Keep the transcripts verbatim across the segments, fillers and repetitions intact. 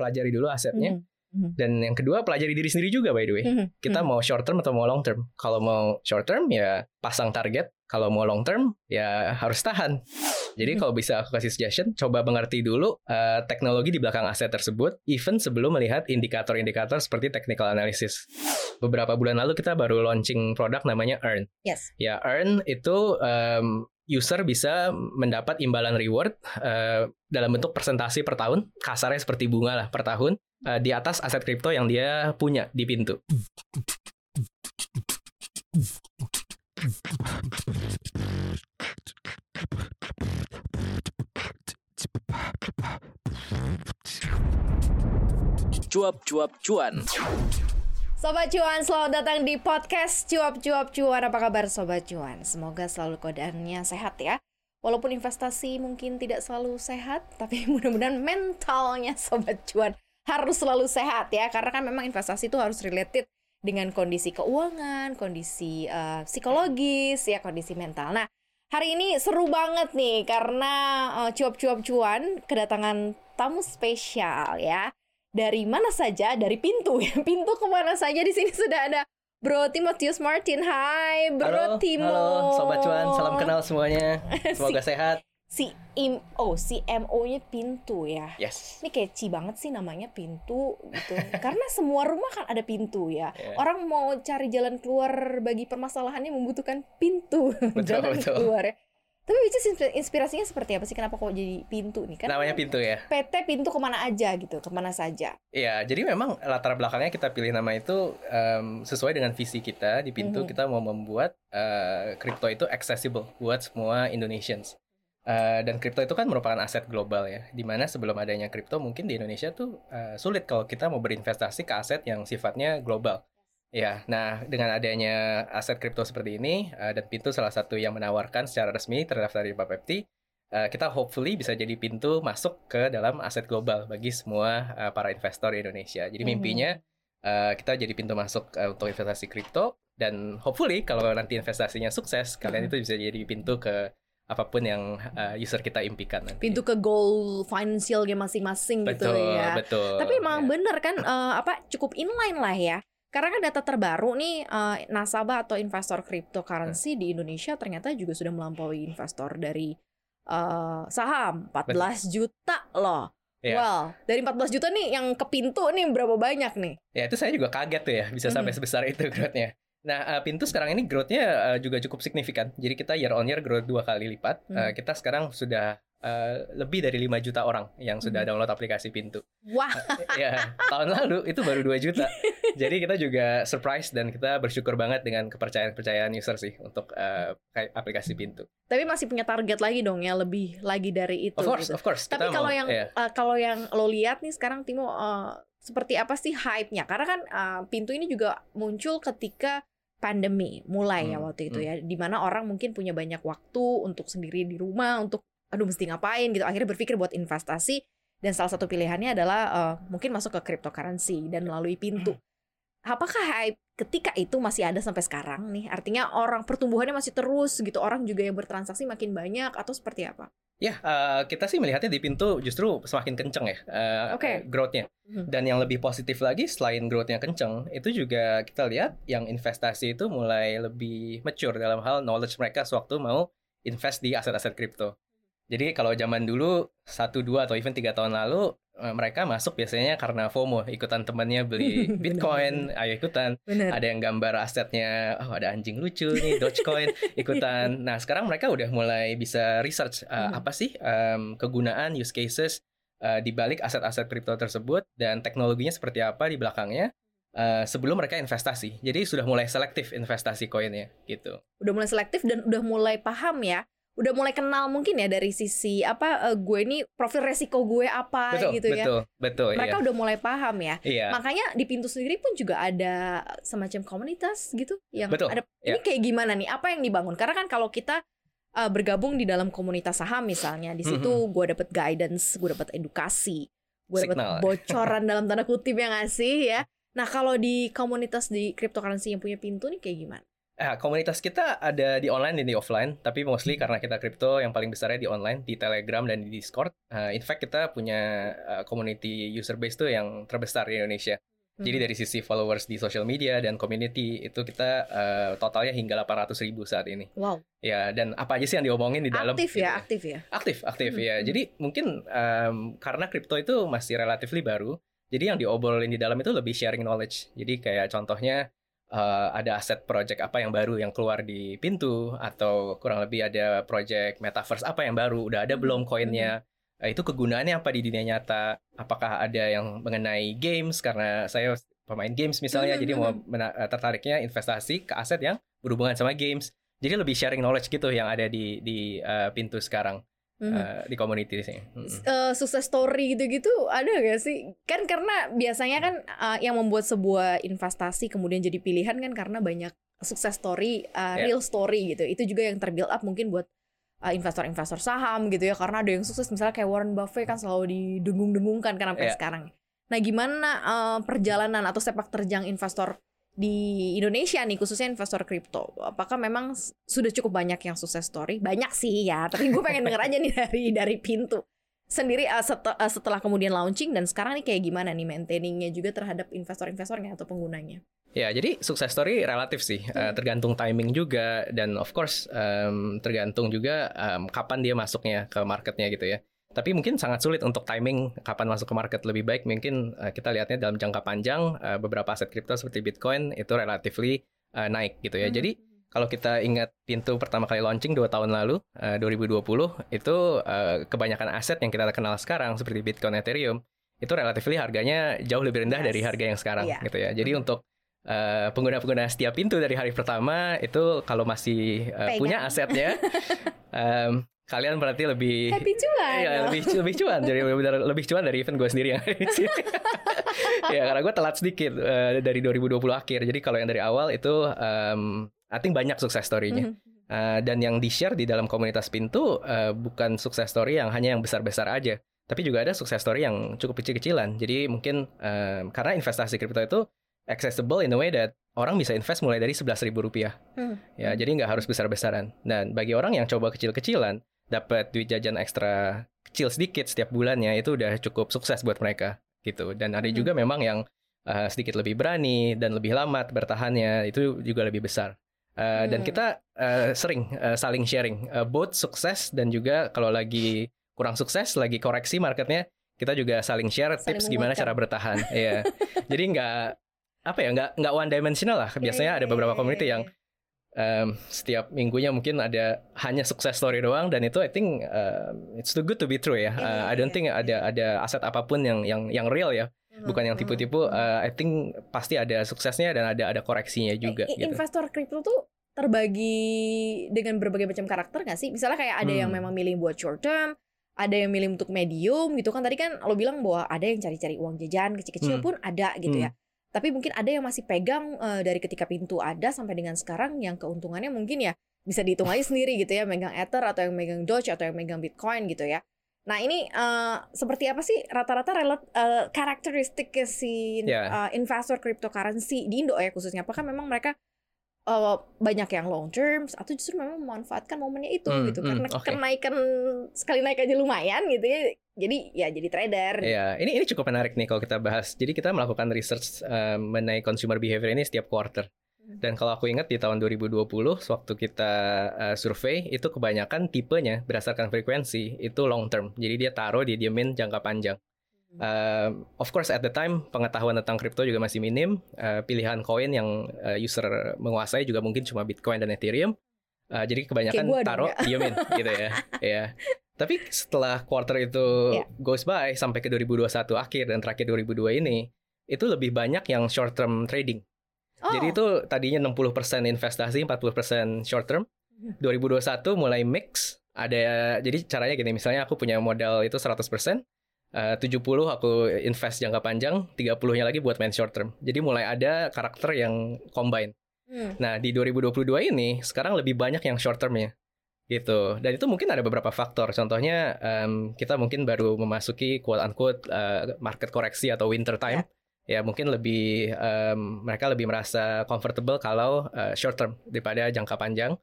pelajari dulu asetnya. Hmm. Hmm. Dan yang kedua, pelajari diri sendiri juga by the way. Hmm. Kita Hmm. mau short term atau mau long term. Kalau mau short term ya pasang target. Kalau mau long term ya harus tahan. Jadi kalau bisa aku kasih suggestion, coba mengerti dulu uh, teknologi di belakang aset tersebut, even sebelum melihat indikator-indikator seperti technical analysis. Beberapa bulan lalu kita baru launching produk namanya Earn. Yes. Ya, Earn itu um, user bisa mendapat imbalan reward uh, dalam bentuk persentase per tahun, kasarnya seperti bunga lah per tahun, uh, di atas aset kripto yang dia punya di Pintu. Cuap-cuap cuan. Sobat Cuan, selamat datang di podcast Cuap-cuap cuan. Apa kabar Sobat Cuan? Semoga selalu keadaannya sehat ya. Walaupun investasi mungkin tidak selalu sehat, tapi mudah-mudahan mentalnya Sobat Cuan harus selalu sehat ya. Karena kan memang investasi itu harus related dengan kondisi keuangan, kondisi uh, psikologis, ya kondisi mental. Nah, hari ini seru banget nih karena uh, Cuap-cuap cuan kedatangan tamu spesial ya. Dari mana saja? Dari Pintu ya. Pintu kemana saja? Di sini sudah ada Bro Timotius Martin. Hai Bro Halo, Timo. halo Sobat Cuan, salam kenal semuanya. Semoga si, sehat. Si M O, si M O-nya Pintu ya. Yes. Ini catchy banget sih namanya Pintu gitu. Karena semua rumah kan ada pintu ya. Yeah. Orang mau cari jalan keluar bagi permasalahannya membutuhkan pintu. Betul, jalan betul. keluar ya. Tapi which is inspirasinya seperti apa sih? Kenapa kok jadi Pintu nih? Kan Namanya Pintu ya. P T Pintu kemana aja gitu, kemana saja. Iya, jadi memang latar belakangnya kita pilih nama itu um, sesuai dengan visi kita di Pintu. Mm-hmm. Kita mau membuat kripto uh, itu accessible buat semua Indonesians. Uh, dan kripto itu kan merupakan aset global ya. Dimana sebelum adanya kripto mungkin di Indonesia tuh uh, sulit kalau kita mau berinvestasi ke aset yang sifatnya global. Ya, nah dengan adanya aset kripto seperti ini uh, dan Pintu salah satu yang menawarkan secara resmi terdaftar di Bapepti, uh, kita hopefully bisa jadi pintu masuk ke dalam aset global bagi semua uh, para investor di Indonesia. Jadi mm-hmm. mimpinya uh, kita jadi pintu masuk uh, untuk investasi kripto dan hopefully kalau nanti investasinya sukses, mm-hmm. kalian itu bisa jadi pintu ke apapun yang uh, user kita impikan nanti. Pintu ke goal financialnya masing-masing betul, gitu ya. Betul. Tapi emang ya. bener kan uh, apa cukup inline lah ya. Karena kan data terbaru nih, uh, nasabah atau investor cryptocurrency hmm. di Indonesia ternyata juga sudah melampaui investor dari uh, saham empat belas Betul. Juta loh. Yeah. Well, dari empat belas juta nih yang ke Pintu nih berapa banyak nih? Ya itu saya juga kaget tuh ya bisa hmm. sampai sebesar itu growth-nya. Nah uh, Pintu sekarang ini growth-nya uh, juga cukup signifikan. Jadi kita year on year growth dua kali lipat. Hmm. Uh, kita sekarang sudah Uh, lebih dari lima juta orang yang sudah download aplikasi Pintu. Wah. Uh, ya, tahun lalu itu baru dua juta. Jadi kita juga surprise dan kita bersyukur banget dengan kepercayaan-kepercayaan user sih untuk uh, aplikasi Pintu. Tapi masih punya target lagi dong ya, lebih lagi dari itu. Of course, gitu. of course. Tapi kalau mau, yang yeah. uh, kalau yang lo lihat nih sekarang Timo, uh, seperti apa sih hype-nya? Karena kan uh, Pintu ini juga muncul ketika pandemi mulai hmm, ya waktu itu hmm. ya, dimana orang mungkin punya banyak waktu untuk sendiri di rumah untuk aduh mesti ngapain gitu, akhirnya berpikir buat investasi dan salah satu pilihannya adalah uh, mungkin masuk ke cryptocurrency dan melalui Pintu. Apakah hype ketika itu masih ada sampai sekarang nih? Artinya orang pertumbuhannya masih terus gitu, orang juga yang bertransaksi makin banyak atau seperti apa? Ya, uh, kita sih melihatnya di Pintu justru semakin kenceng ya uh, okay. growth-nya. Dan yang lebih positif lagi selain growth-nya kenceng, itu juga kita lihat yang investasi itu mulai lebih mature dalam hal knowledge mereka sewaktu mau invest di aset-aset kripto. Jadi kalau zaman dulu satu, dua atau even tiga tahun lalu mereka masuk biasanya karena FOMO, ikutan temannya beli Bitcoin, ayo ikutan. Bener. Ada yang gambar asetnya, oh ada anjing lucu nih, Dogecoin, ikutan. Nah sekarang mereka udah mulai bisa research uh, hmm. apa sih um, kegunaan, use cases uh, di balik aset-aset kripto tersebut dan teknologinya seperti apa di belakangnya. Uh, sebelum mereka investasi. Jadi sudah mulai selektif investasi koinnya gitu. Udah mulai selektif dan udah mulai paham ya. Udah mulai kenal mungkin ya dari sisi apa uh, gue ini profil resiko gue apa betul, gitu ya. Betul, betul. Mereka iya. udah mulai paham ya. Iya. Makanya di Pintu sendiri pun juga ada semacam komunitas gitu yang betul, ada. iya. Ini kayak gimana nih? Apa yang dibangun? Karena kan kalau kita uh, bergabung di dalam komunitas saham misalnya, di situ mm-hmm. gue dapet guidance, gue dapet edukasi, gue dapet bocoran dalam tanda kutip yang ngasih ya. Nah kalau di komunitas di cryptocurrency yang punya Pintu nih kayak gimana? Eh, komunitas kita ada di online dan di offline, tapi mostly karena kita crypto yang paling besarnya di online, di Telegram dan di Discord. Uh, in fact kita punya uh, community user base tuh yang terbesar di Indonesia. Hmm. Jadi dari sisi followers di social media dan community itu kita uh, totalnya hingga delapan ratus ribu saat ini. Wow. Ya, dan apa aja sih yang diomongin di dalam? Aktif gitu ya, aktif ya. Aktif, aktif hmm. ya. Jadi mungkin um, karena crypto itu masih relatively baru, jadi yang diobrolin di dalam itu lebih sharing knowledge. Jadi kayak contohnya Uh, ada aset project apa yang baru yang keluar di Pintu, atau kurang lebih ada project metaverse apa yang baru, udah ada belum koinnya, uh, itu kegunaannya apa di dunia nyata, apakah ada yang mengenai games, karena saya pemain games misalnya, jadi mau mena- tertariknya investasi ke aset yang berhubungan sama games, jadi lebih sharing knowledge gitu yang ada di, di uh, Pintu sekarang. Mm-hmm. Uh, di community sih. Mm-hmm. Uh, sukses story gitu-gitu ada gak sih? Kan karena biasanya kan uh, yang membuat sebuah investasi kemudian jadi pilihan kan karena banyak sukses story, uh, yeah. real story gitu. Itu juga yang terbuild up mungkin buat uh, investor-investor saham gitu ya. Karena ada yang sukses misalnya kayak Warren Buffett kan selalu didengung-dengungkan kan sampai yeah. sekarang. Nah gimana uh, perjalanan atau sepak terjang investor di Indonesia nih, khususnya investor kripto, apakah memang sudah cukup banyak yang sukses story? Banyak sih ya, tapi gue pengen denger aja nih dari dari Pintu sendiri uh, set- uh, setelah kemudian launching dan sekarang nih kayak gimana nih maintainingnya juga terhadap investor-investornya atau penggunanya? Ya, jadi sukses story relatif sih, hmm. uh, tergantung timing juga, dan of course um, tergantung juga um, kapan dia masuknya ke marketnya gitu ya. Tapi mungkin sangat sulit untuk timing kapan masuk ke market. Lebih baik mungkin uh, kita lihatnya dalam jangka panjang, uh, beberapa aset kripto seperti Bitcoin itu relatively uh, naik gitu ya. Mm-hmm. Jadi kalau kita ingat Pintu pertama kali launching dua tahun lalu, uh, dua ribu dua puluh, itu uh, kebanyakan aset yang kita kenal sekarang seperti Bitcoin, Ethereum, itu relatively harganya jauh lebih rendah yes. dari harga yang sekarang yeah. gitu ya. Jadi mm-hmm. untuk uh, pengguna-pengguna setia Pintu dari hari pertama itu kalau masih uh, punya asetnya, um, kalian berarti lebih happy cuan, ya lebih lebih cuan dari lebih, lebih cuan dari event gue sendiri yang ada di sini. Ya karena gue telat sedikit uh, dari dua ribu dua puluh akhir. Jadi kalau yang dari awal itu, um, I think banyak sukses story-nya. Mm-hmm. Uh, dan yang di share di dalam komunitas Pintu uh, bukan sukses story yang hanya yang besar-besar aja, tapi juga ada sukses story yang cukup kecil-kecilan. Jadi mungkin um, karena investasi kripto itu accessible in a way that orang bisa invest mulai dari sebelas ribu rupiah. Mm-hmm. Ya jadi nggak harus besar-besaran. Dan bagi orang yang coba kecil-kecilan, dapat duit jajan ekstra kecil sedikit setiap bulannya, itu udah cukup sukses buat mereka gitu. Dan ada juga memang yang uh, sedikit lebih berani dan lebih lama bertahannya, itu juga lebih besar. Uh, hmm. Dan kita uh, sering uh, saling sharing, uh, both sukses dan juga kalau lagi kurang sukses, lagi koreksi marketnya, kita juga saling share saling tips gimana cara bertahan. Iya. Jadi nggak apa ya, nggak nggak one dimensional lah. Biasanya ada beberapa community yang Um, setiap minggunya mungkin ada hanya sukses story doang, dan itu I think uh, it's too good to be true ya. Uh, I don't think ada ada aset apapun yang yang yang real ya, bukan yang tipu-tipu. Uh, I think pasti ada suksesnya dan ada ada koreksinya juga. Eh, gitu. Investor kripto tuh terbagi dengan berbagai macam karakter nggak sih? Misalnya kayak ada hmm. yang memang milih buat short term, ada yang milih untuk medium gitu kan. Tadi kan lo bilang bahwa ada yang cari-cari uang jajan kecil-kecil hmm. pun ada gitu hmm. ya. Tapi mungkin ada yang masih pegang uh, dari ketika Pintu ada sampai dengan sekarang, yang keuntungannya mungkin ya bisa dihitung aja sendiri gitu ya, megang Ether atau yang megang Doge atau yang megang Bitcoin gitu ya. Nah ini uh, seperti apa sih rata-rata relat, uh, karakteristik si yeah. uh, investor cryptocurrency di Indo ya khususnya? Apakah memang mereka uh, banyak yang long term atau justru memang memanfaatkan momennya itu hmm, gitu? Karena hmm, okay. kenaikan sekali naik aja lumayan gitu ya. Jadi ya jadi trader. Ya, ini ini cukup menarik nih kalau kita bahas. Jadi kita melakukan research uh, mengenai consumer behavior ini setiap quarter. Dan kalau aku ingat di tahun dua ribu dua puluh waktu kita uh, survei, itu kebanyakan tipenya berdasarkan frekuensi itu long term. Jadi dia taruh, dia diemin jangka panjang. Uh, of course at the time pengetahuan tentang kripto juga masih minim. Uh, pilihan koin yang uh, user menguasai juga mungkin cuma Bitcoin dan Ethereum. Uh, jadi kebanyakan taruh, ya. diemin gitu ya. Ya. Tapi setelah quarter itu yeah. goes by sampai ke dua ribu dua puluh satu akhir dan terakhir dua ribu dua ini, itu lebih banyak yang short term trading. Oh. Jadi itu tadinya enam puluh persen investasi, empat puluh persen short term. dua ribu dua puluh satu mulai mix. Ada, jadi caranya gini, misalnya aku punya modal itu seratus persen, uh, tujuh puluh aku invest jangka panjang, tiga puluh-nya lagi buat main short term. Jadi mulai ada karakter yang combine. Hmm. Nah di dua ribu dua puluh dua ini sekarang lebih banyak yang short termnya gitu, dan itu mungkin ada beberapa faktor. Contohnya um, kita mungkin baru memasuki quote unquote uh, market koreksi atau winter time, ya mungkin lebih um, mereka lebih merasa comfortable kalau uh, short term daripada jangka panjang.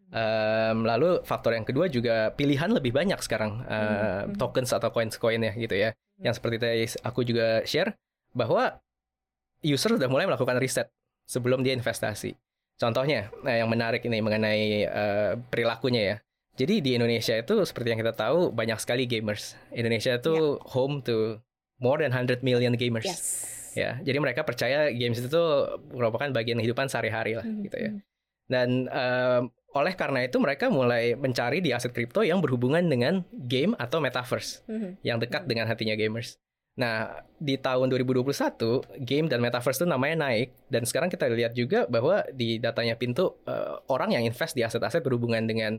Um, lalu faktor yang kedua juga pilihan lebih banyak sekarang uh, hmm. tokens atau coins-coinnya gitu ya. Hmm. Yang seperti tadi aku juga share bahwa user sudah mulai melakukan riset sebelum dia investasi. Contohnya, nah yang menarik ini mengenai uh, perilakunya ya. Jadi di Indonesia itu seperti yang kita tahu banyak sekali gamers. Indonesia itu yeah. home to more than one hundred million gamers. Yes. Ya, jadi mereka percaya games itu merupakan bagian kehidupan sehari-hari lah hmm. gitu ya. Dan um, oleh karena itu mereka mulai mencari di aset kripto yang berhubungan dengan game atau metaverse mm-hmm. yang dekat mm-hmm. dengan hatinya gamers. Nah, di tahun dua ribu dua puluh satu game dan metaverse itu namanya naik, dan sekarang kita lihat juga bahwa di datanya Pintu uh, orang yang invest di aset-aset berhubungan dengan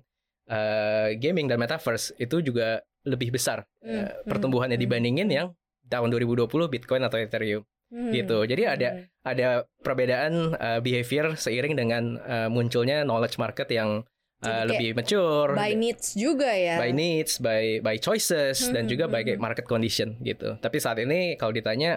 uh, gaming dan metaverse itu juga lebih besar mm-hmm. uh, pertumbuhannya mm-hmm. dibandingin yang tahun dua ribu dua puluh Bitcoin atau Ethereum. Hmm. Gitu. Jadi ada hmm. ada perbedaan uh, behavior seiring dengan uh, munculnya knowledge market yang uh, lebih mature. By needs juga ya. By needs, by by choices hmm. dan juga by market condition gitu. Tapi saat ini kalau ditanya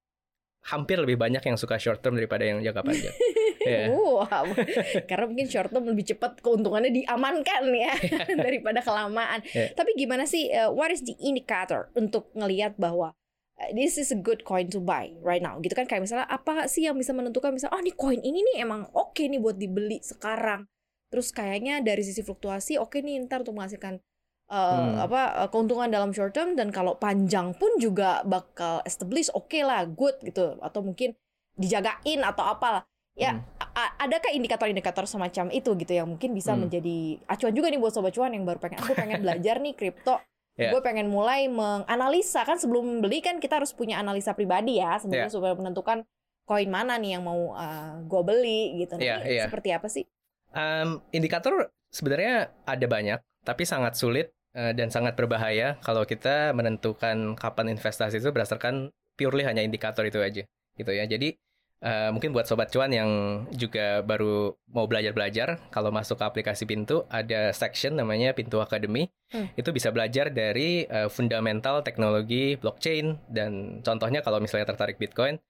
hampir lebih banyak yang suka short term daripada yang jangka panjang. yeah. Wow. Karena mungkin short term lebih cepat keuntungannya diamankan ya daripada kelamaan. Yeah. Tapi gimana sih uh, what is the indicator untuk ngelihat bahwa this is a good coin to buy right now gitu kan, kayak misalnya apa sih yang bisa menentukan misalnya oh nih koin ini nih emang oke okay nih buat dibeli sekarang, terus kayaknya dari sisi fluktuasi oke okay nih ntar untuk menghasilkan uh, hmm. apa keuntungan dalam short term, dan kalau panjang pun juga bakal establish oke okay lah good gitu, atau mungkin dijagain atau apalah ya. hmm. a- adakah indikator-indikator semacam itu gitu yang mungkin bisa hmm. menjadi acuan juga nih buat sobat cuan yang baru pengen aku pengen belajar nih kripto. Yeah. Gue pengen mulai menganalisa, kan sebelum beli kan kita harus punya analisa pribadi ya sebenarnya yeah. supaya menentukan koin mana nih yang mau uh, gue beli gitu. Nah, yeah, yeah. seperti apa sih? Um, indikator sebenarnya ada banyak, tapi sangat sulit uh, dan sangat berbahaya kalau kita menentukan kapan investasi itu berdasarkan purely hanya indikator itu aja, gitu ya. Jadi Uh, mungkin buat sobat cuan yang juga baru mau belajar-belajar, kalau masuk ke aplikasi Pintu ada section namanya Pintu Academy. Hmm. Itu bisa belajar dari uh, fundamental teknologi blockchain, dan contohnya kalau misalnya tertarik Bitcoin,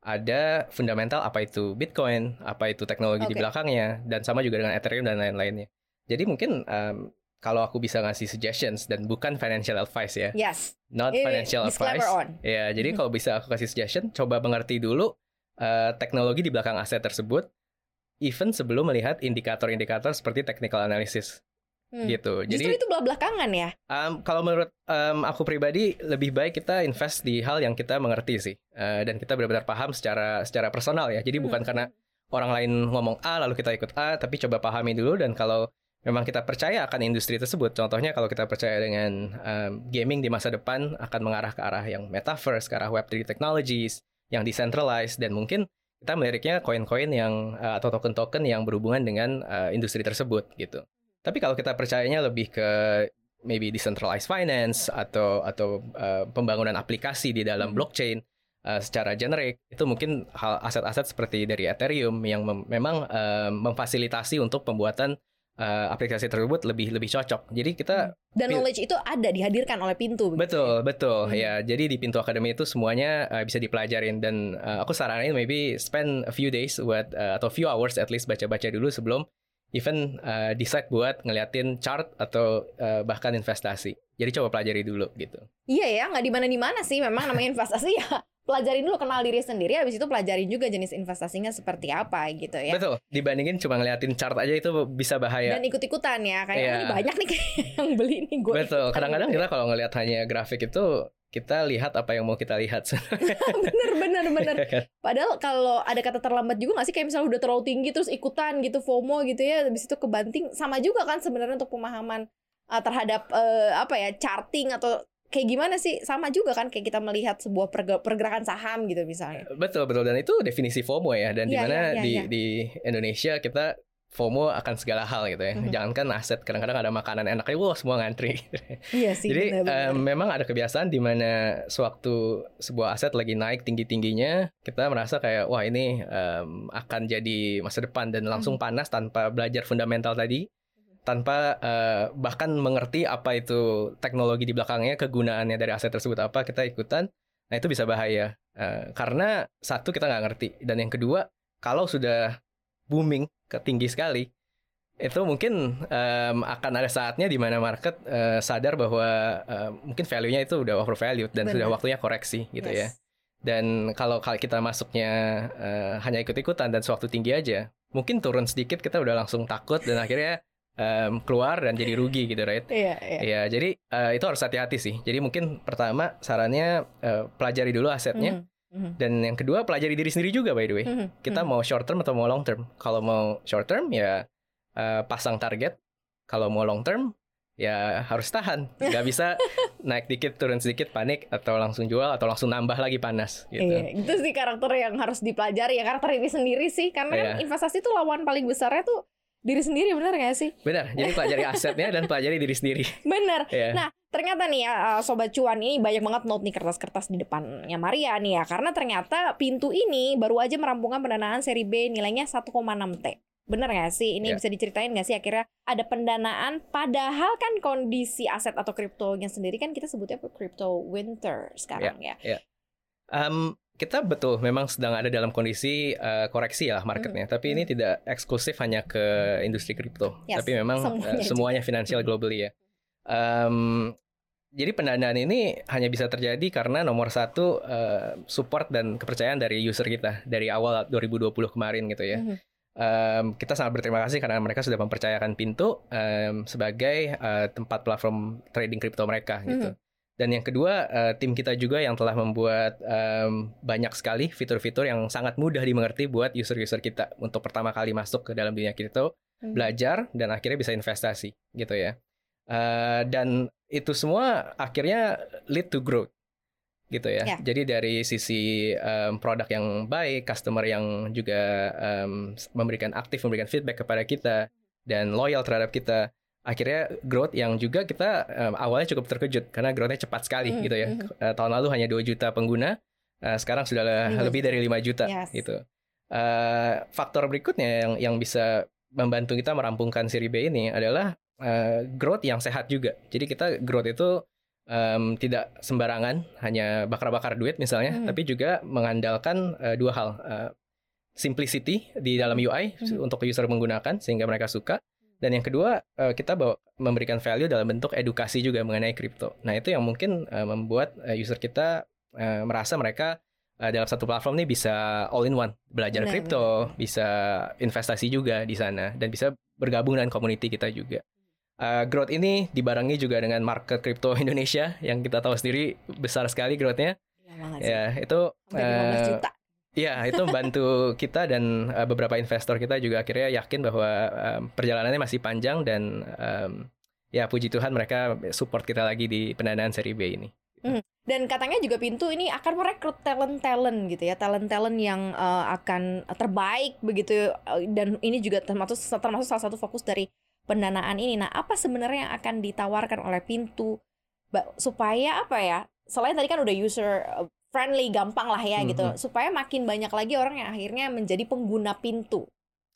ada fundamental apa itu Bitcoin, apa itu teknologi okay. di belakangnya, dan sama juga dengan Ethereum dan lain-lainnya. Jadi mungkin um, kalau aku bisa ngasih suggestions, dan bukan financial advice ya. Yes. Not Ini financial advice. On. Ya, jadi kalau bisa aku kasih suggestion, coba mengerti dulu Uh, teknologi di belakang aset tersebut, even sebelum melihat indikator-indikator seperti technical analysis, hmm. gitu. Justru Jadi itu belakangan ya. Um, kalau menurut um, aku pribadi, lebih baik kita invest di hal yang kita mengerti sih, uh, dan kita benar-benar paham secara secara personal ya. Jadi hmm. bukan karena orang lain ngomong A lalu kita ikut A, tapi coba pahami dulu. Dan kalau memang kita percaya akan industri tersebut, contohnya kalau kita percaya dengan um, gaming di masa depan akan mengarah ke arah yang metaverse, ke arah web three technologies, yang decentralized, dan mungkin kita meliriknya koin-koin yang uh, atau token-token yang berhubungan dengan uh, industri tersebut gitu. Tapi kalau kita percayanya lebih ke maybe decentralized finance atau atau uh, pembangunan aplikasi di dalam blockchain uh, secara generik, itu mungkin hal aset-aset seperti dari Ethereum yang mem- memang uh, memfasilitasi untuk pembuatan Uh, aplikasi tersebut lebih lebih cocok. Jadi kita dan knowledge itu ada dihadirkan oleh Pintu. Betul, ya? betul. Hmm. Ya, jadi di Pintu Academy itu semuanya uh, bisa dipelajarin, dan uh, aku saranin maybe spend a few days buat uh, atau few hours at least baca-baca dulu sebelum even uh, decide buat ngeliatin chart atau uh, bahkan investasi. Jadi coba pelajari dulu gitu. Iya ya, nggak di mana di mana sih memang namanya investasi ya. Pelajarin dulu, kenal diri sendiri, habis itu pelajarin juga jenis investasinya seperti apa gitu ya. Betul, dibandingin cuma ngeliatin chart aja itu bisa bahaya. Dan ikut-ikutan ya, kayak yeah. ini banyak nih yang beli nih gue. Betul, kadang-kadang gitu. Kita kalau ngelihat hanya grafik itu, kita lihat apa yang mau kita lihat. bener, bener, bener. Padahal kalau ada kata terlambat juga nggak sih, kayak misalnya udah terlalu tinggi terus ikutan gitu, FOMO gitu ya, habis itu kebanting, sama juga kan sebenarnya untuk pemahaman uh, terhadap uh, apa ya, charting atau kayak gimana sih, sama juga kan kayak kita melihat sebuah pergerakan saham gitu misalnya. Betul, betul, dan itu definisi FOMO ya, dan ya, dimana ya, ya, di ya. di Indonesia kita FOMO akan segala hal gitu ya. Mm-hmm. Jangankan aset, kadang-kadang ada makanan enak, wah semua ngantri. Iya sih. Jadi benar-benar. Um, memang ada kebiasaan di mana sewaktu sebuah aset lagi naik tinggi-tingginya, kita merasa kayak wah ini um, akan jadi masa depan, dan langsung mm-hmm. panas tanpa belajar fundamental tadi, tanpa uh, bahkan mengerti apa itu teknologi di belakangnya, kegunaannya dari aset tersebut apa, kita ikutan. Nah itu bisa bahaya uh, karena satu kita nggak ngerti, dan yang kedua kalau sudah booming ke tinggi sekali itu mungkin um, akan ada saatnya di mana market uh, sadar bahwa uh, mungkin value-nya itu udah overvalued dan Benar. Sudah waktunya koreksi gitu yes. ya. Dan kalau kita masuknya uh, hanya ikut-ikutan dan sewaktu tinggi aja, mungkin turun sedikit kita udah langsung takut dan akhirnya um, keluar dan jadi rugi gitu, right? Iya, iya. Ya, jadi uh, itu harus hati-hati sih. Jadi mungkin pertama sarannya uh, pelajari dulu asetnya. Mm-hmm. Dan yang kedua pelajari diri sendiri juga, by the way. Mm-hmm. Kita mau short term atau mau long term. Kalau mau short term ya uh, pasang target. Kalau mau long term ya harus tahan, nggak bisa naik dikit turun sedikit panik atau langsung jual atau langsung nambah lagi panas gitu. Iya, itu sih karakter yang harus dipelajari ya, karakter diri sendiri sih, karena iya. kan investasi itu lawan paling besarnya tuh diri sendiri, benar nggak sih? Benar, jadi pelajari asetnya dan pelajari diri sendiri. Benar. Iya. Nah ternyata nih ya Sobat Cuan ini banyak banget note nih kertas-kertas di depannya Maria nih ya, karena ternyata Pintu ini baru aja merampungkan pendanaan seri B nilainya satu koma enam T. Bener gak sih? Ini yeah. bisa diceritain gak sih akhirnya ada pendanaan, padahal kan kondisi aset atau kriptonya sendiri kan kita sebutnya crypto winter sekarang yeah. ya. Yeah. Um, kita betul memang sedang ada dalam kondisi uh, koreksi lah marketnya, mm. tapi mm. ini tidak eksklusif hanya ke industri kripto, yes, tapi memang semuanya, uh, semuanya finansial globally ya. Um, jadi pendanaan ini hanya bisa terjadi karena nomor satu uh, support dan kepercayaan dari user kita dari awal dua ribu dua puluh kemarin gitu ya. Mm. Um, kita sangat berterima kasih karena mereka sudah mempercayakan Pintu um, sebagai uh, tempat platform trading kripto mereka gitu. Mm-hmm. Dan yang kedua, uh, tim kita juga yang telah membuat um, banyak sekali fitur-fitur yang sangat mudah dimengerti buat user-user kita untuk pertama kali masuk ke dalam dunia kripto, mm-hmm. belajar dan akhirnya bisa investasi gitu ya. Uh, dan itu semua akhirnya lead to growth. Gitu ya. Yeah. Jadi dari sisi um, produk yang baik, customer yang juga um, memberikan aktif, memberikan feedback kepada kita dan loyal terhadap kita, akhirnya growth yang juga kita um, awalnya cukup terkejut karena growthnya cepat sekali mm-hmm. gitu ya. Uh, tahun lalu hanya dua juta pengguna, uh, sekarang sudah lebih dari lima juta yes. gitu. Uh, faktor berikutnya yang yang bisa membantu kita merampungkan seri B ini adalah uh, growth yang sehat juga. Jadi kita growth itu Um, tidak sembarangan hanya bakar-bakar duit misalnya, mm-hmm. tapi juga mengandalkan uh, dua hal, uh, simplicity di dalam U I mm-hmm. untuk user menggunakan sehingga mereka suka, dan yang kedua uh, kita bawa, memberikan value dalam bentuk edukasi juga mengenai kripto. Nah itu yang mungkin uh, membuat uh, user kita uh, merasa mereka uh, dalam satu platform ini bisa all in one, belajar kripto, bisa investasi juga di sana dan bisa bergabung dengan community kita juga. Uh, growth ini dibarengi juga dengan market kripto Indonesia yang kita tahu sendiri besar sekali growth-nya. Ya, itu lima belas juta. Ya, itu membantu kita dan uh, beberapa investor kita juga akhirnya yakin bahwa um, perjalanannya masih panjang dan um, ya puji Tuhan mereka support kita lagi di pendanaan seri B ini. Hmm. Dan katanya juga Pintu ini akan merekrut talent-talent gitu ya, talent-talent yang uh, akan terbaik begitu, dan ini juga termasuk termasuk salah satu fokus dari pendanaan ini. Nah, apa sebenarnya yang akan ditawarkan oleh Pintu supaya apa ya? Selain tadi kan udah user friendly, gampang lah ya mm-hmm. gitu, supaya makin banyak lagi orang yang akhirnya menjadi pengguna Pintu.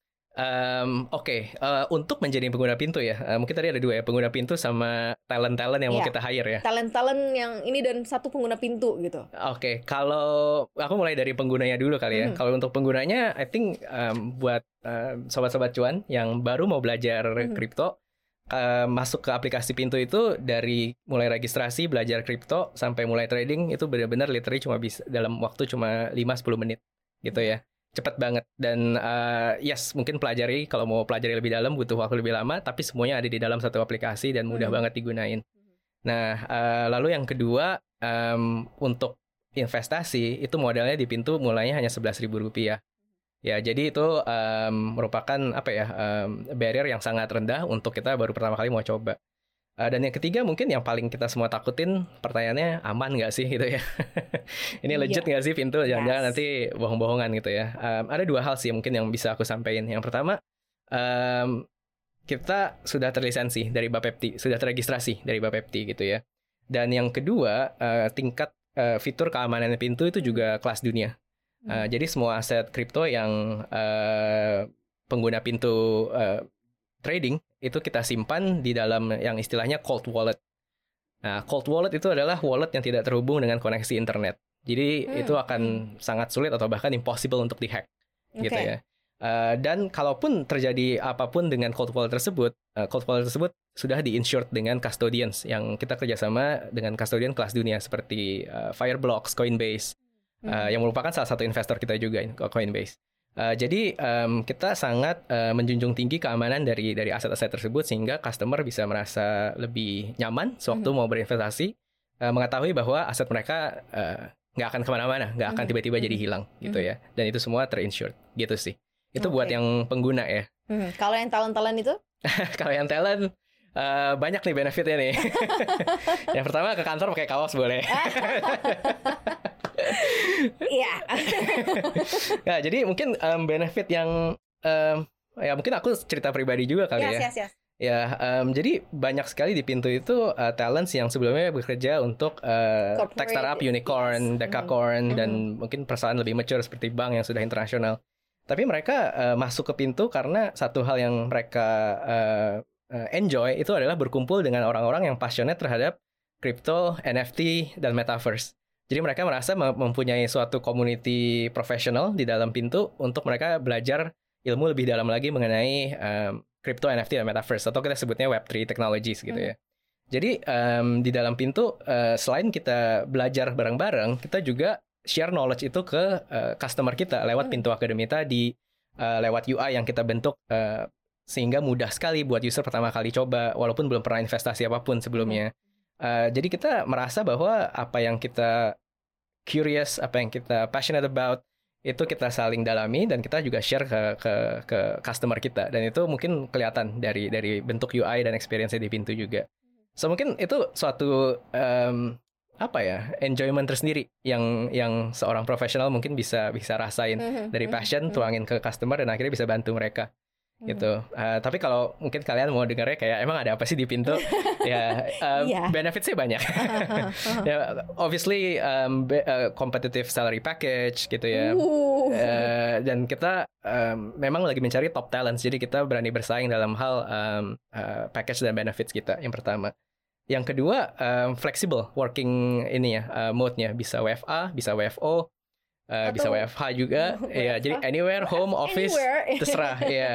Um, Oke, okay. uh, untuk menjadi pengguna Pintu ya, uh, mungkin tadi ada dua ya, pengguna Pintu sama talent-talent yang yeah. mau kita hire ya. Talent-talent yang ini dan satu pengguna Pintu gitu. Oke, okay. Kalau aku mulai dari penggunanya dulu kali ya. Mm. Kalau untuk penggunanya, I think um, buat uh, sobat-sobat cuan yang baru mau belajar kripto, mm. uh, masuk ke aplikasi Pintu itu dari mulai registrasi, belajar kripto sampai mulai trading itu benar-benar literally cuma bisa dalam waktu cuma lima sampai sepuluh menit gitu ya. Cepat banget dan uh, yes mungkin pelajari, kalau mau pelajari lebih dalam butuh waktu lebih lama, tapi semuanya ada di dalam satu aplikasi dan mudah hmm. banget digunain. Nah uh, lalu yang kedua, um, untuk investasi itu modalnya di Pintu mulainya hanya sebelas ribu rupiah. Ya jadi itu um, merupakan apa ya um, barrier yang sangat rendah untuk kita baru pertama kali mau coba. Uh, dan yang ketiga mungkin yang paling kita semua takutin, pertanyaannya aman nggak sih gitu ya. Ini legit nggak yeah. sih Pintu, jangan-jangan yes. nanti bohong-bohongan gitu ya. Um, ada dua hal sih mungkin yang bisa aku sampaikan. Yang pertama, um, kita sudah terlisensi dari Bapepti, sudah terregistrasi dari Bapepti gitu ya. Dan yang kedua, uh, tingkat uh, fitur keamanan Pintu itu juga kelas dunia. Uh, hmm. Jadi semua aset kripto yang uh, pengguna Pintu uh, trading itu kita simpan di dalam yang istilahnya cold wallet. Nah, cold wallet itu adalah wallet yang tidak terhubung dengan koneksi internet. Jadi Hmm. itu akan sangat sulit atau bahkan impossible untuk dihack gitu Oke. ya. Uh, dan kalaupun terjadi apapun dengan cold wallet tersebut, uh, cold wallet tersebut sudah di-insured dengan custodians yang kita kerjasama dengan custodian kelas dunia seperti uh, Fireblocks, Coinbase, uh, yang merupakan salah satu investor kita juga, Coinbase. Uh, jadi um, kita sangat uh, menjunjung tinggi keamanan dari dari aset-aset tersebut sehingga customer bisa merasa lebih nyaman sewaktu Mhm. mau berinvestasi, uh, mengetahui bahwa aset mereka uh, nggak akan kemana-mana, nggak akan Mhm. tiba-tiba jadi Mhm. hilang gitu ya. Dan itu semua terinsured gitu sih. Itu Oke. buat yang pengguna ya. Hmm. Kalau yang talent-talent itu? Kalau yang talent uh, banyak nih benefitnya nih. Yang pertama ke kantor pakai kaos boleh. Iya. Nah, jadi mungkin um, benefit yang um, ya mungkin aku cerita pribadi juga kali Yes, ya. yes, yes. Ya, um, jadi banyak sekali di Pintu itu uh, talents yang sebelumnya bekerja untuk uh, Corporate, tech startup, unicorn, yes. decacorn, Mhm. dan mungkin perusahaan lebih mature seperti bank yang sudah internasional. Tapi mereka uh, masuk ke Pintu karena satu hal yang mereka uh, uh, enjoy itu adalah berkumpul dengan orang-orang yang passionate terhadap crypto, N F T, dan metaverse. Jadi mereka merasa mempunyai suatu community profesional di dalam Pintu untuk mereka belajar ilmu lebih dalam lagi mengenai um, crypto, N F T, dan metaverse, atau kita sebutnya web three technologies gitu ya. Jadi um, di dalam Pintu uh, selain kita belajar bareng-bareng, kita juga share knowledge itu ke uh, customer kita lewat Hmm. Pintu Academy tadi, uh, lewat U I yang kita bentuk uh, sehingga mudah sekali buat user pertama kali coba walaupun belum pernah investasi apapun sebelumnya. Uh, jadi kita merasa bahwa apa yang kita curious, apa yang kita passionate about itu kita saling dalami dan kita juga share ke ke ke customer kita, dan itu mungkin kelihatan dari dari bentuk U I dan experience di Pintu juga. So mungkin itu suatu um, apa ya, enjoyment tersendiri yang yang seorang profesional mungkin bisa bisa rasain Mhm, dari mhm, passion mhm. tuangin ke customer dan akhirnya bisa bantu mereka gitu. Uh, tapi kalau mungkin kalian mau dengarnya kayak emang ada apa sih di Pintu, ya uh, Iya. benefit-nya banyak. Ya, obviously um, be- uh, competitive salary package gitu ya. Uh. Uh, dan kita um, memang lagi mencari top talents, jadi kita berani bersaing dalam hal um, uh, package dan benefits kita. Yang pertama. Yang kedua, um, flexible working ini ya, uh, mode-nya bisa W F A, bisa W F O, uh, bisa Atau- W F H juga. Ya, jadi anywhere, home, office, Anywhere. terserah. Ya,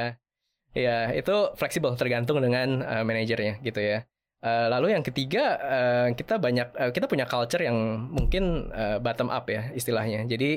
ya itu fleksibel tergantung dengan uh, manajernya gitu ya. Uh, lalu yang ketiga, uh, kita banyak uh, kita punya culture yang mungkin uh, bottom up ya istilahnya. Jadi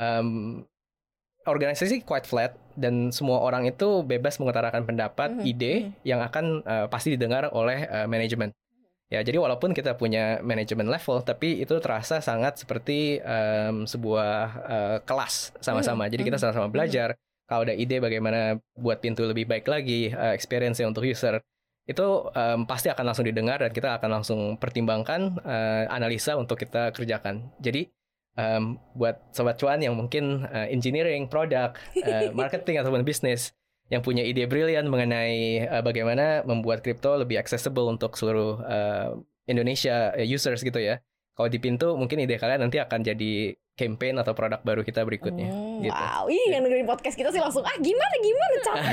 um, organisasi quite flat dan semua orang itu bebas mengutarakan pendapat, Mhm, ide mhm. yang akan uh, pasti didengar oleh uh, manajemen. Ya, jadi walaupun kita punya manajemen level, tapi itu terasa sangat seperti um, sebuah uh, kelas sama-sama. Mhm, Jadi kita mhm, sama-sama belajar. Kalau ada ide bagaimana buat Pintu lebih baik lagi, uh, experience-nya untuk user, itu um, pasti akan langsung didengar dan kita akan langsung pertimbangkan uh, analisa untuk kita kerjakan. Jadi um, buat Sobat Cuan yang mungkin uh, engineering, product, uh, marketing, ataupun bisnis yang punya ide brilian mengenai uh, bagaimana membuat kripto lebih accessible untuk seluruh uh, Indonesia uh, users gitu ya. Kalau di Pintu mungkin ide kalian nanti akan jadi campaign atau produk baru kita berikutnya. Hmm, gitu. Wow, ih yang dengerin podcast kita sih langsung ah gimana gimana cara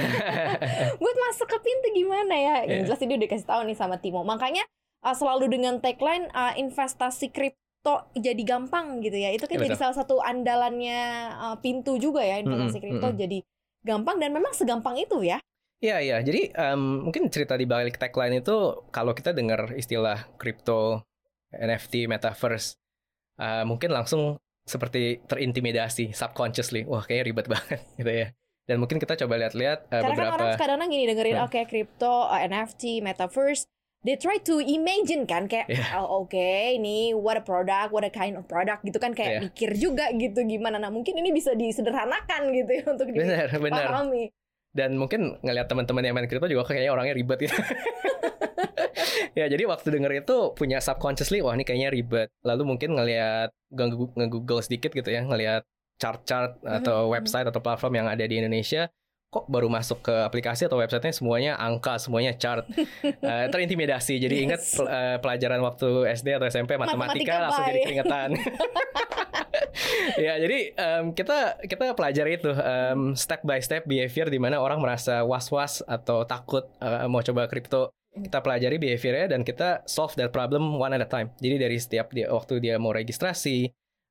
buat masuk ke Pintu gimana ya? Yang Yeah. jelas ini udah dikasih tahu nih sama Timo. Makanya uh, selalu dengan tagline uh, investasi kripto jadi gampang gitu ya. Itu kan Ya, jadi betul. salah satu andalannya uh, Pintu juga ya, investasi Mm-mm, kripto mm-mm. jadi gampang dan memang segampang itu ya. Iya, iya. Jadi um, mungkin cerita di balik tagline itu kalau kita dengar istilah kripto, N F T, metaverse, uh, mungkin langsung seperti terintimidasi subconsciously. Wah, kayaknya ribet banget gitu ya. Dan mungkin kita coba lihat-lihat uh, Karena kan beberapa. orang kadang-kadang gini dengerin Hmm. oke kripto, uh, N F T, metaverse, they try to imagine kan kayak Yeah. oh, oke ini what a product, what a kind of product gitu kan kayak Yeah. mikir juga gitu gimana. Nah mungkin ini bisa disederhanakan gitu ya untuk Benar, benar. dipahami. Dan mungkin ngelihat teman-teman yang main kripto juga kayaknya orangnya ribet gitu. Ya, jadi waktu denger itu punya subconsciously, wah ini kayaknya ribet. Lalu mungkin ngelihat nge- nge-google sedikit gitu ya, ngelihat chart-chart atau Mhm, website atau platform yang ada di Indonesia, kok baru masuk ke aplikasi atau websitenya semuanya angka, semuanya chart. Eh, terintimidasi. Jadi ingat Yes. pel- eh, pelajaran waktu S D atau S M P matematika, Matematika, langsung bye. jadi keringetan. Ya, jadi em, kita kita pelajari itu em, step by step behavior di mana orang merasa was-was atau takut eh, mau coba kripto. Kita pelajari behaviornya dan kita solve that problem one at a time. Jadi dari setiap dia waktu dia mau registrasi,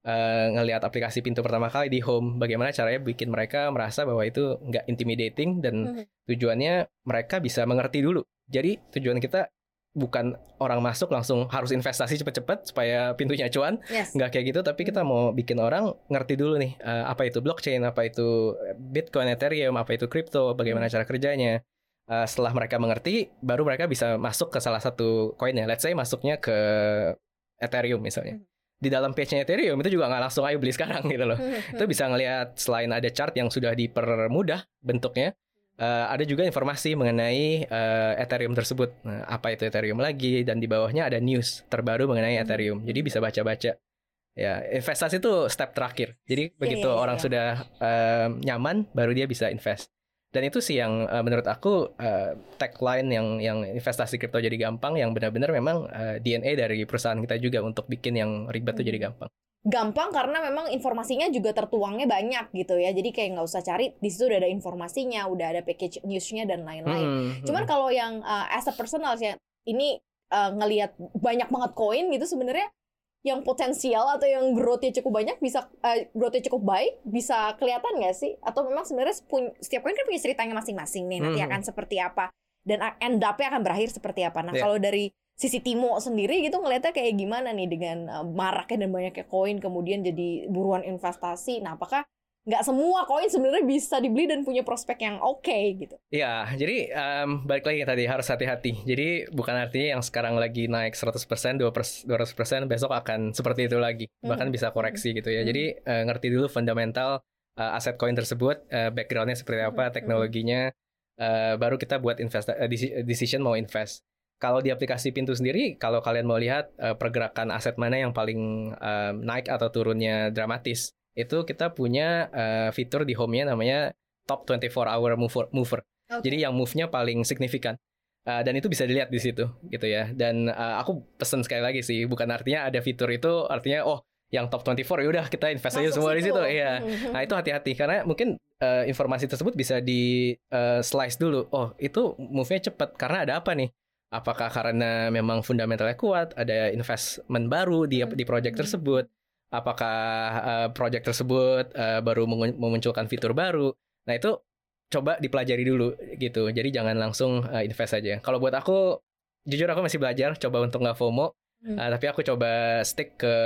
uh, ngelihat aplikasi pintu pertama kali di home, bagaimana caranya bikin mereka merasa bahwa itu nggak intimidating dan hmm. tujuannya mereka bisa mengerti dulu. Jadi tujuan kita bukan orang masuk langsung harus investasi cepet-cepet supaya pintunya cuan, yes. nggak kayak gitu. Tapi kita mau bikin orang ngerti dulu nih uh, apa itu blockchain, apa itu Bitcoin, Ethereum, apa itu crypto, bagaimana hmm. cara kerjanya. Uh, setelah mereka mengerti, baru mereka bisa masuk ke salah satu koinnya. Let's say masuknya ke Ethereum misalnya. Hmm. Di dalam page-nya Ethereum itu juga nggak langsung ayo beli sekarang gitu loh. Hmm. Itu bisa ngelihat selain ada chart yang sudah dipermudah bentuknya. Uh, ada juga informasi mengenai uh, Ethereum tersebut. Nah, apa itu Ethereum lagi, dan di bawahnya ada news terbaru mengenai Ethereum. Jadi bisa baca-baca. Ya, investasi itu step terakhir. Jadi begitu yeah, yeah, orang yeah. sudah uh, nyaman, baru dia bisa invest. Dan itu sih yang uh, menurut aku uh, tagline yang yang investasi kripto jadi gampang, yang benar-benar memang uh, D N A dari perusahaan kita juga untuk bikin yang ribet tuh hmm. jadi gampang. Gampang karena memang informasinya juga tertuangnya banyak gitu ya. Jadi kayak nggak usah cari, di situ udah ada informasinya, udah ada package newsnya dan lain-lain. Hmm, Cuman hmm. kalau yang uh, as a personal ya, ini uh, ngelihat banyak banget koin gitu, sebenarnya yang potensial atau yang growth-nya cukup banyak bisa uh, growth-nya cukup baik bisa kelihatan nggak sih? Atau memang sebenarnya setiap koin kan punya ceritanya masing-masing nih, nanti hmm. akan seperti apa dan end up-nya akan berakhir seperti apa. Nah yeah. kalau dari sisi Timo sendiri gitu ngeliatnya kayak gimana nih dengan uh, maraknya dan banyaknya koin kemudian jadi buruan investasi. Nah, apakah nggak semua koin sebenarnya bisa dibeli dan punya prospek yang oke okay, gitu? Ya, jadi um, balik lagi tadi harus hati-hati. Jadi bukan artinya yang sekarang lagi naik seratus persen, dua ratus persen besok akan seperti itu lagi. Bahkan hmm. bisa koreksi hmm. gitu ya. Hmm. Jadi uh, ngerti dulu fundamental uh, aset koin tersebut, uh, backgroundnya seperti apa, teknologinya, uh, baru kita buat invest- uh, decision mau invest. Kalau di aplikasi Pintu sendiri, kalau kalian mau lihat uh, pergerakan aset mana yang paling um, naik atau turunnya dramatis, itu kita punya uh, fitur di home-nya namanya Top dua puluh empat hour Mover. mover. Okay. Jadi yang move-nya paling signifikan. Uh, dan itu bisa dilihat di situ gitu ya. Dan uh, aku pesen sekali lagi sih, bukan artinya ada fitur itu artinya oh yang top dua puluh empat yaudah kita invest aja semua di situ. Iya. Nah, itu hati-hati karena mungkin uh, informasi tersebut bisa di uh, slice dulu. Oh, itu move-nya cepat karena ada apa nih? Apakah karena memang fundamentalnya kuat, ada investment baru di di project tersebut? Apakah uh, project tersebut uh, baru memunculkan fitur baru? Nah, itu coba dipelajari dulu gitu. Jadi jangan langsung uh, invest aja. Kalau buat aku, jujur aku masih belajar, coba untuk nggak FOMO. Hmm. Uh, tapi aku coba stick ke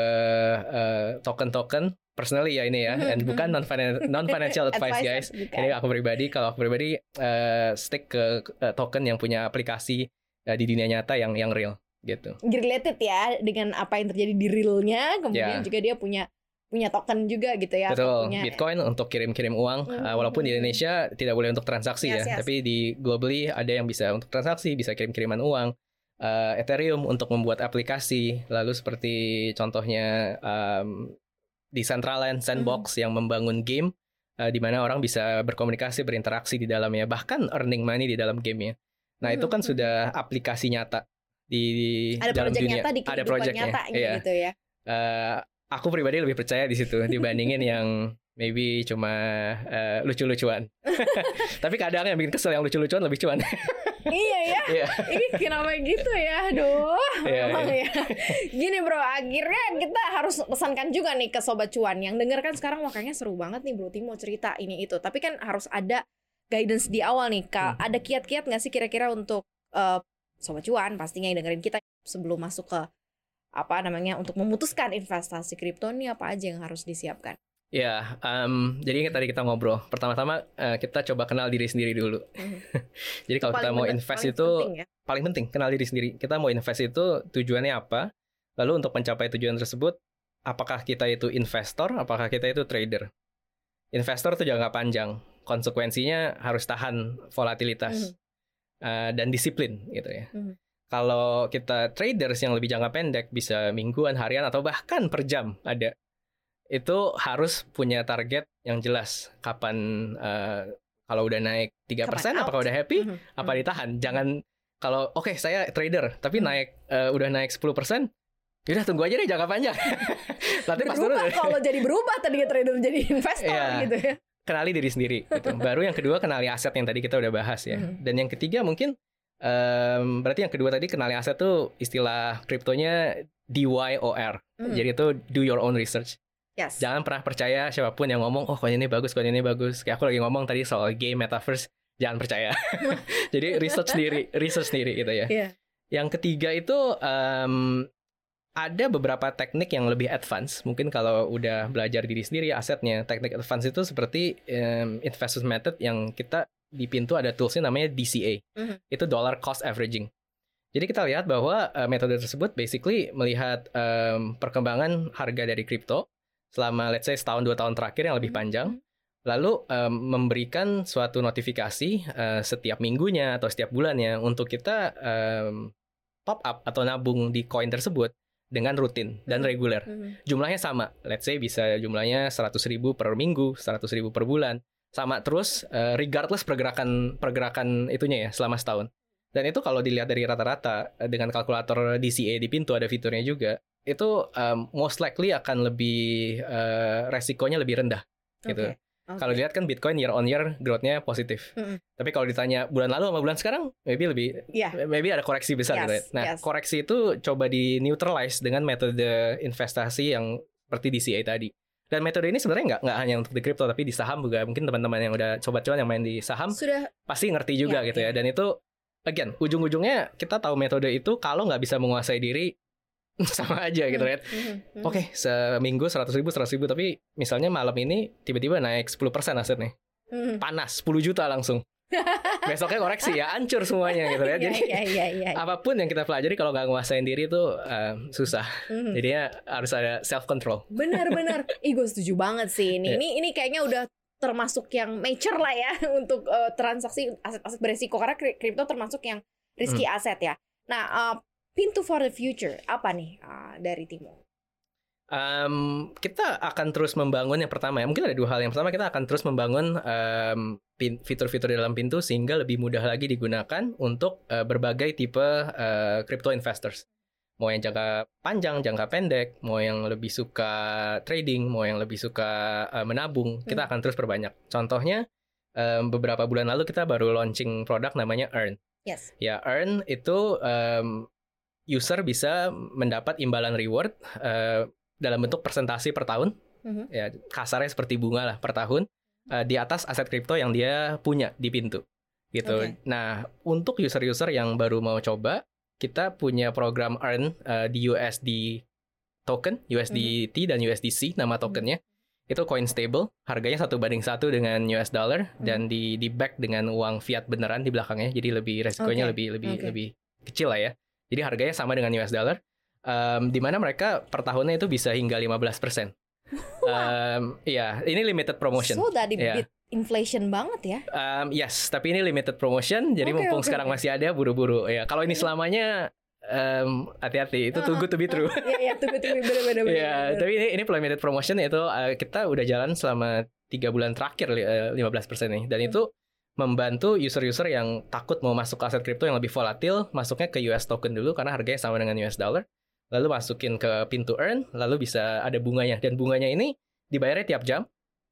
uh, token-token personally ya ini ya, dan bukan non non financial advice guys. Ini aku pribadi, kalau aku pribadi uh, stick ke uh, token yang punya aplikasi di dunia nyata yang yang real gitu. Related ya dengan apa yang terjadi di realnya, kemudian yeah. juga dia punya punya token juga gitu ya. Betul. Punya... Bitcoin untuk kirim-kirim uang, mm-hmm. uh, walaupun di Indonesia tidak boleh untuk transaksi yes, ya, yes. tapi di globally ada yang bisa untuk transaksi, bisa kirim-kiriman uang. Uh, Ethereum untuk membuat aplikasi, lalu seperti contohnya um, Decentraland Sandbox mm-hmm. yang membangun game, uh, di mana orang bisa berkomunikasi, berinteraksi di dalamnya, bahkan earning money di dalam gamenya. Nah, itu kan sudah aplikasi nyata di, di ada dalam dunia. Nyata di ada project nyata iya. gitu ya. Uh, aku pribadi lebih percaya di situ dibandingin yang maybe cuma uh, lucu-lucuan. Tapi kadang yang bikin kesel yang lucu-lucuan lebih cuan. Iya ya. Iya. Ini kenapa gitu ya? Aduh. Iya, memang iya. ya. Gini bro, akhirnya kita harus pesankan juga nih ke Sobat Cuan yang denger kan sekarang makanya seru banget nih Bro Timo cerita ini itu. Tapi kan harus ada guidance di awal nih, Kak. Hmm. Ada kiat-kiat nggak sih kira-kira untuk uh, Sobat Cuan pastinya yang dengerin kita sebelum masuk ke apa namanya untuk memutuskan investasi kripto nih, apa aja yang harus disiapkan? Ya, um, jadi tadi kita ngobrol. Pertama-tama uh, kita coba kenal diri sendiri dulu. Hmm. Jadi kalau kita mau bener, invest itu penting, ya? Paling penting kenal diri sendiri. Kita mau invest itu tujuannya apa? Lalu untuk mencapai tujuan tersebut, apakah kita itu investor? Apakah kita itu trader? Investor itu jangka panjang. Konsekuensinya harus tahan volatilitas mm. uh, dan disiplin gitu ya. Mm. Kalau kita traders yang lebih jangka pendek bisa mingguan, harian atau bahkan per jam ada. Itu harus punya target yang jelas. Kapan uh, kalau udah naik tiga persen apakah udah happy? Mm-hmm. Apa ditahan? Jangan kalau oke okay, saya trader tapi mm. naik uh, udah naik sepuluh persen. Yaudah tunggu aja deh jangka panjang. Nanti pas turun kalau jadi berubah tadi trader jadi investor yeah. gitu ya. Kenali diri sendiri gitu. Baru yang kedua kenali aset yang tadi kita udah bahas ya. Hmm. Dan yang ketiga mungkin um, berarti yang kedua tadi kenali aset tuh istilah kriptonya D Y O R. Hmm. Jadi itu do your own research. Yes. Jangan pernah percaya siapapun yang ngomong, oh koin ini bagus, koin ini bagus. Kayak aku lagi ngomong tadi soal game metaverse, jangan percaya. Jadi research sendiri, research sendiri gitu ya. Yeah. Yang ketiga itu um, ada beberapa teknik yang lebih advance. Mungkin kalau udah belajar diri sendiri asetnya, teknik advance itu seperti um, investment method yang kita di Pintu ada toolsnya namanya D C A. Mm-hmm. Itu dollar cost averaging. Jadi kita lihat bahwa uh, metode tersebut basically melihat um, perkembangan harga dari kripto selama let's say setahun dua tahun terakhir yang lebih panjang, lalu um, memberikan suatu notifikasi uh, setiap minggunya atau setiap bulannya untuk kita um, top up atau nabung di koin tersebut dengan rutin dan reguler. Jumlahnya sama, let's say bisa jumlahnya seratus ribu per minggu, seratus ribu per bulan, sama terus uh, regardless pergerakan pergerakan itunya ya selama setahun. Dan itu kalau dilihat dari rata-rata dengan kalkulator D C A di Pintu ada fiturnya juga, itu um, most likely akan lebih uh, resikonya lebih rendah gitu. Okay. Okay. Kalau dilihat kan Bitcoin year on year growth-nya positif. Mm-hmm. Tapi kalau ditanya bulan lalu sama bulan sekarang, maybe lebih yeah. maybe ada koreksi besar yes, gitu. Nah, yes. koreksi itu coba di neutralize dengan metode investasi yang seperti D C A tadi. Dan metode ini sebenarnya nggak nggak hanya untuk di kripto tapi di saham juga. Mungkin teman-teman yang udah coba cuan yang main di saham sudah pasti ngerti juga yeah, gitu yeah. ya. Dan itu again, ujung-ujungnya kita tahu metode itu kalau nggak bisa menguasai diri sama aja gitu right. Mm-hmm. Oke, okay, seminggu seratus ribu, seratus ribu, tapi misalnya malam ini tiba-tiba naik sepuluh persen asetnya. Mm-hmm. Panas, sepuluh juta langsung. Besoknya koreksi ya, hancur semuanya gitu ya. Jadi yeah, yeah, yeah, yeah. apapun yang kita pelajari kalau nggak nguasain diri itu uh, susah. Mm-hmm. Jadinya harus ada self control. Benar-benar. Ih, gue setuju banget sih ini. Yeah. Ini ini kayaknya udah termasuk yang mature lah ya untuk uh, transaksi aset-aset beresiko karena kripto termasuk yang risky mm. aset ya. Nah, uh, Pintu for the future apa nih uh, dari Timo? Um, kita akan terus membangun yang pertama ya. Mungkin ada dua hal. Yang pertama kita akan terus membangun um, pin, fitur-fitur di dalam Pintu sehingga lebih mudah lagi digunakan untuk uh, berbagai tipe uh, crypto investors. Mau yang jangka panjang, jangka pendek, mau yang lebih suka trading, mau yang lebih suka uh, menabung, kita akan terus perbanyak. Contohnya um, beberapa bulan lalu kita baru launching produk namanya Earn. Yes. Ya, Earn itu um, user bisa mendapat imbalan reward uh, dalam bentuk persentase per tahun, mm-hmm. ya kasarnya seperti bunga lah per tahun uh, di atas aset kripto yang dia punya di Pintu, gitu. Okay. Nah, untuk user-user yang baru mau coba, kita punya program Earn uh, di U S D token, U S D T mm-hmm. dan U S D C nama tokennya, mm-hmm. itu coin stable, harganya satu banding satu dengan U S dollar mm-hmm. dan di di back dengan uang fiat beneran di belakangnya, jadi lebih resikonya okay. lebih lebih okay. lebih kecil lah ya. Jadi harganya sama dengan U S dollar, um, di mana mereka per tahunnya itu bisa hingga lima belas persen. Um, iya, ini limited promotion. So tadi yeah. bit inflation banget ya? Um, yes, tapi ini limited promotion, jadi okay, mumpung okay, sekarang okay. masih ada, buru-buru. Ya, kalau ini selamanya um, hati-hati, itu too good to be true. Iya, iya, too good to be bener-bener. Iya, tapi ini ini limited promotion itu uh, kita udah jalan selama tiga bulan terakhir uh, lima belas persen nih, dan hmm. itu membantu user-user yang takut mau masuk ke aset kripto yang lebih volatil, masuknya ke U S token dulu karena harganya sama dengan U S dollar, lalu masukin ke Pintu Earn, lalu bisa ada bunganya, dan bunganya ini dibayarnya tiap jam.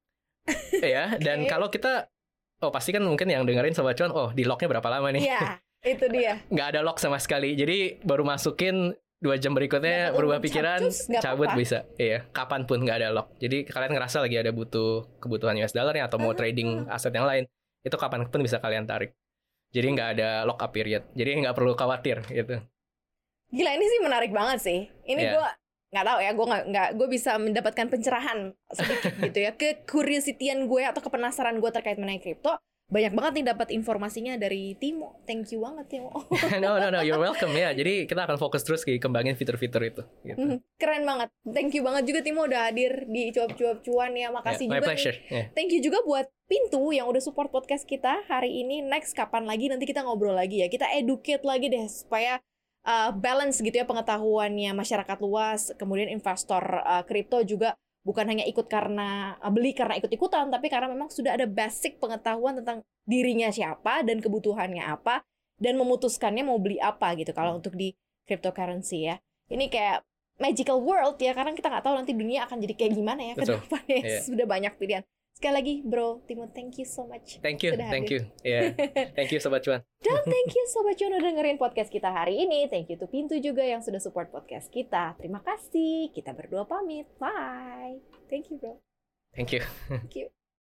Ya, okay. Dan kalau kita, oh pasti kan mungkin yang dengerin Sobat Cuan, oh di locknya berapa lama nih? Iya, itu dia. Nggak ada lock sama sekali, jadi baru masukin dua jam berikutnya berubah pikiran, cabut apa-apa. Bisa. Iya, kapanpun nggak ada lock. Jadi kalian ngerasa lagi ada butuh kebutuhan U S dollarnya atau mau uh-huh. trading aset yang lain, itu kapanpun bisa kalian tarik. Jadi nggak ada lock up period. Jadi nggak perlu khawatir gitu. Gila, ini sih menarik banget sih. Ini yeah. gue nggak tahu ya, gue nggak nggak gue bisa mendapatkan pencerahan sedikit gitu ya. Kecuriosity-an gue atau kepenasaran gue terkait mengenai kripto. Banyak banget nih dapat informasinya dari Timo. Thank you banget Timo. no no no, you're welcome ya. Jadi kita akan fokus terus ke kembangin fitur-fitur itu. Gitu. Keren banget. Thank you banget juga Timo udah hadir di Cuap-Cuap Cuan ya. Makasih yeah, my juga. Pleasure. Yeah. Thank you juga buat Pintu yang udah support podcast kita hari ini. Next kapan lagi nanti kita ngobrol lagi ya. Kita educate lagi deh supaya uh, balance gitu ya pengetahuannya masyarakat luas. Kemudian investor kripto uh, juga bukan hanya ikut karena beli karena ikut-ikutan, tapi karena memang sudah ada basic pengetahuan tentang dirinya siapa dan kebutuhannya apa dan memutuskannya mau beli apa gitu kalau untuk di cryptocurrency ya. Ini kayak magical world ya, karena kita nggak tahu nanti dunia akan jadi kayak gimana ya ke depannya. Yeah. Sudah banyak pilihan. Sekali lagi Bro Timo, thank you so much. Thank you, sudah thank hadir. you. Yeah. Thank you Sobat Cuan. Dan thank you Sobat Cuan udah dengerin podcast kita hari ini. Thank you to Pintu juga yang sudah support podcast kita. Terima kasih. Kita berdua pamit. Bye. Thank you Bro. Thank you. Thank you.